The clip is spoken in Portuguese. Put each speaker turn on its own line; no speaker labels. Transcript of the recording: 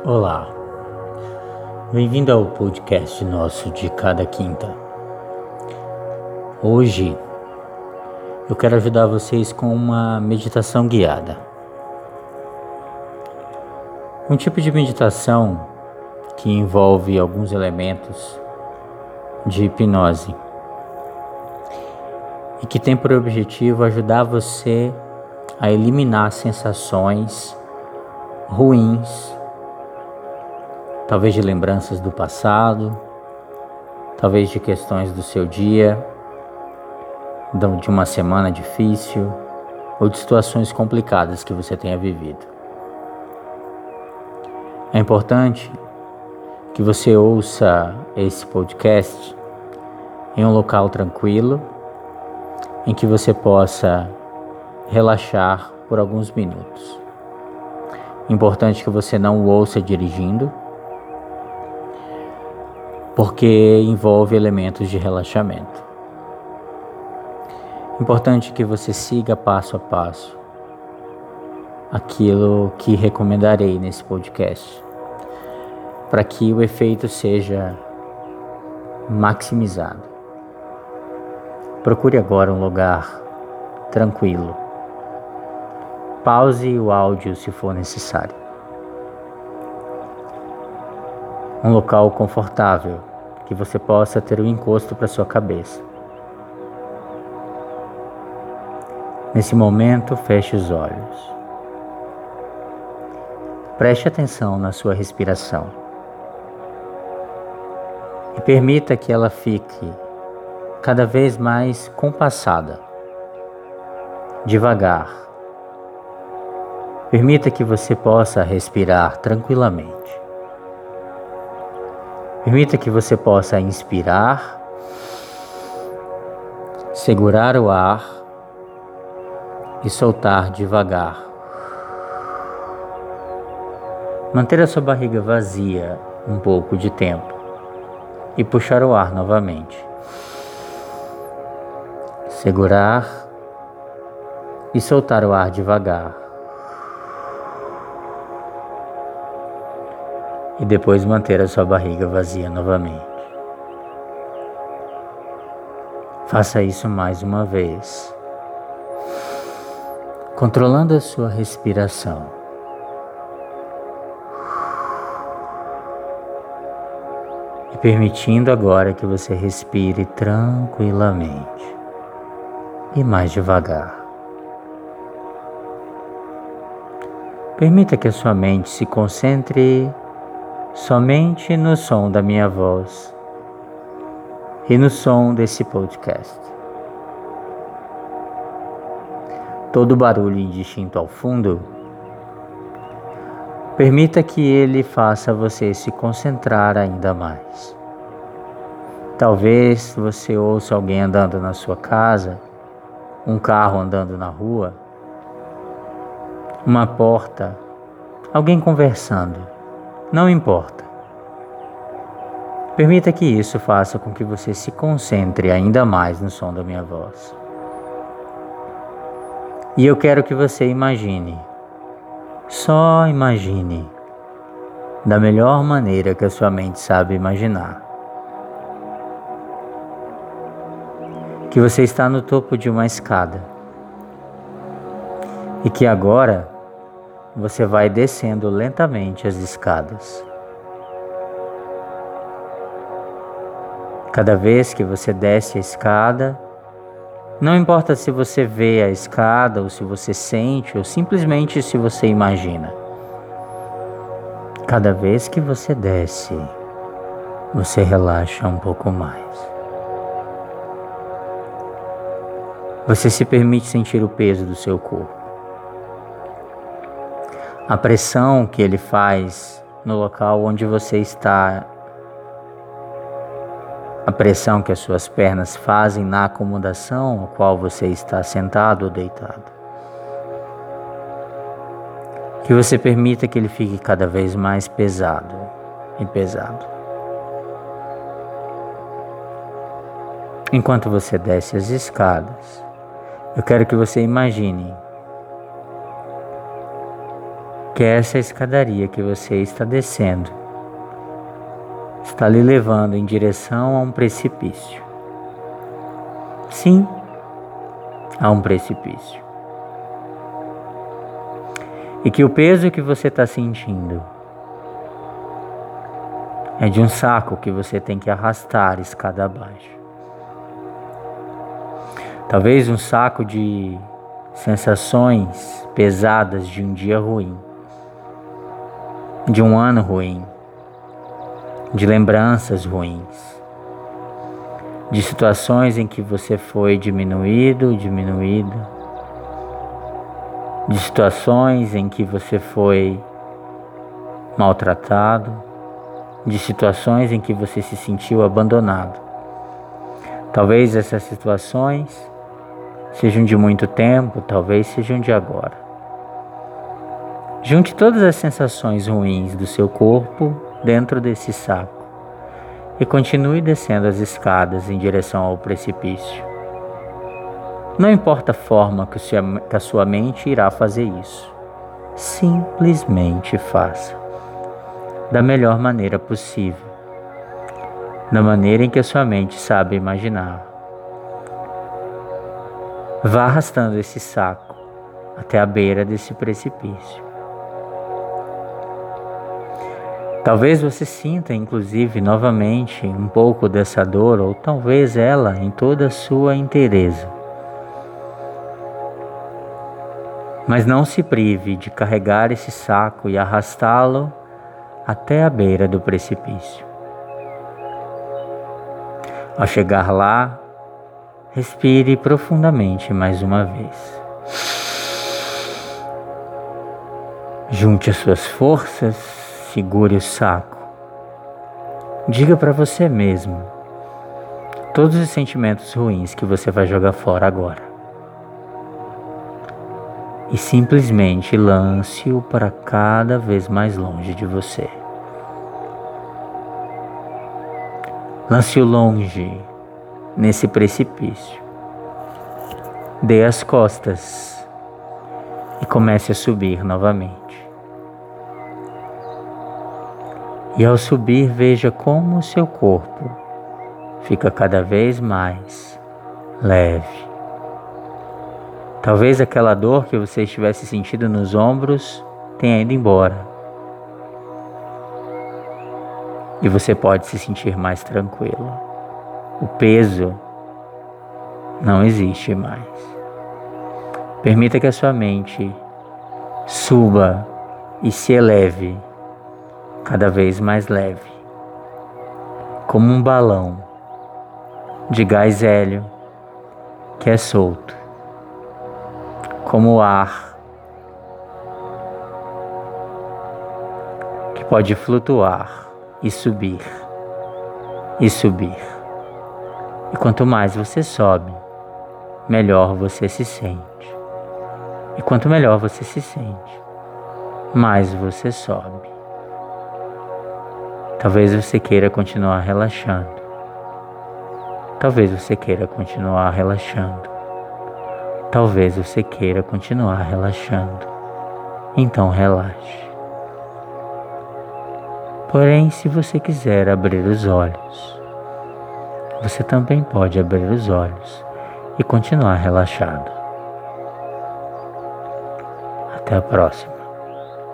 Olá, bem-vindo ao podcast nosso de cada quinta. Hoje eu quero ajudar vocês com uma meditação guiada. Um tipo de meditação que envolve alguns elementos de hipnose e que tem por objetivo ajudar você a eliminar sensações ruins, talvez de lembranças do passado, talvez de questões do seu dia, de uma semana difícil ou de situações complicadas que você tenha vivido. É importante que você ouça esse podcast em um local tranquilo, em que você possa relaxar por alguns minutos. Importante que você não o ouça dirigindo, porque envolve elementos de relaxamento. Importante que você siga passo a passo aquilo que recomendarei nesse podcast, para que o efeito seja maximizado. Procure agora um lugar tranquilo. Pause o áudio se for necessário. Um local confortável, que você possa ter um encosto para sua cabeça. Nesse momento, feche os olhos. Preste atenção na sua respiração e permita que ela fique cada vez mais compassada, devagar. Permita que você possa respirar tranquilamente. Permita que você possa inspirar, segurar o ar e soltar devagar. Manter a sua barriga vazia um pouco de tempo e puxar o ar novamente. Segurar e soltar o ar devagar. E depois manter a sua barriga vazia novamente. Faça isso mais uma vez, controlando a sua respiração. E permitindo agora que você respire tranquilamente e mais devagar. Permita que a sua mente se concentre somente no som da minha voz e no som desse podcast. Todo barulho indistinto ao fundo, permita que ele faça você se concentrar ainda mais. Talvez você ouça alguém andando na sua casa, um carro andando na rua, uma porta, alguém conversando. Não importa. Permita que isso faça com que você se concentre ainda mais no som da minha voz. E eu quero que você imagine, só imagine, da melhor maneira que a sua mente sabe imaginar, que você está no topo de uma escada e que agora você vai descendo lentamente as escadas. Cada vez que você desce a escada, não importa se você vê a escada, ou se você sente, ou simplesmente se você imagina. Cada vez que você desce, você relaxa um pouco mais. Você se permite sentir o peso do seu corpo. A pressão que ele faz no local onde você está, a pressão que as suas pernas fazem na acomodação a qual você está sentado ou deitado. Que você permita que ele fique cada vez mais pesado e pesado. Enquanto você desce as escadas, eu quero que você imagine Porque essa escadaria que você está descendo está lhe levando em direção a um precipício. Sim, a um precipício. E que o peso que você está sentindo é de um saco que você tem que arrastar escada abaixo. Talvez um saco de sensações pesadas de um dia ruim, de um ano ruim, de lembranças ruins, de situações em que você foi diminuído, de situações em que você foi maltratado, de situações em que você se sentiu abandonado. Talvez essas situações sejam de muito tempo, talvez sejam de agora. Junte todas as sensações ruins do seu corpo dentro desse saco e continue descendo as escadas em direção ao precipício. Não importa a forma que a sua mente irá fazer isso. Simplesmente faça. Da melhor maneira possível. Da maneira em que a sua mente sabe imaginar. Vá arrastando esse saco até a beira desse precipício. Talvez você sinta, inclusive, novamente um pouco dessa dor, ou talvez ela em toda a sua inteireza. Mas não se prive de carregar esse saco e arrastá-lo até a beira do precipício. Ao chegar lá, respire profundamente mais uma vez. Junte as suas forças, segure o saco. Diga para você mesmo todos os sentimentos ruins que você vai jogar fora agora. E simplesmente lance-o para cada vez mais longe de você. Lance-o longe, nesse precipício. Dê as costas e comece a subir novamente. E ao subir, veja como o seu corpo fica cada vez mais leve. Talvez aquela dor que você estivesse sentindo nos ombros tenha ido embora. E você pode se sentir mais tranquilo. O peso não existe mais. Permita que a sua mente suba e se eleve cada vez mais leve, como um balão de gás hélio que é solto, como o ar que pode flutuar e subir e subir. E quanto mais você sobe, melhor você se sente. E quanto melhor você se sente, mais você sobe. Talvez você queira continuar relaxando. Talvez você queira continuar relaxando. Talvez você queira continuar relaxando. Então relaxe. Porém, se você quiser abrir os olhos, você também pode abrir os olhos e continuar relaxado. Até a próxima.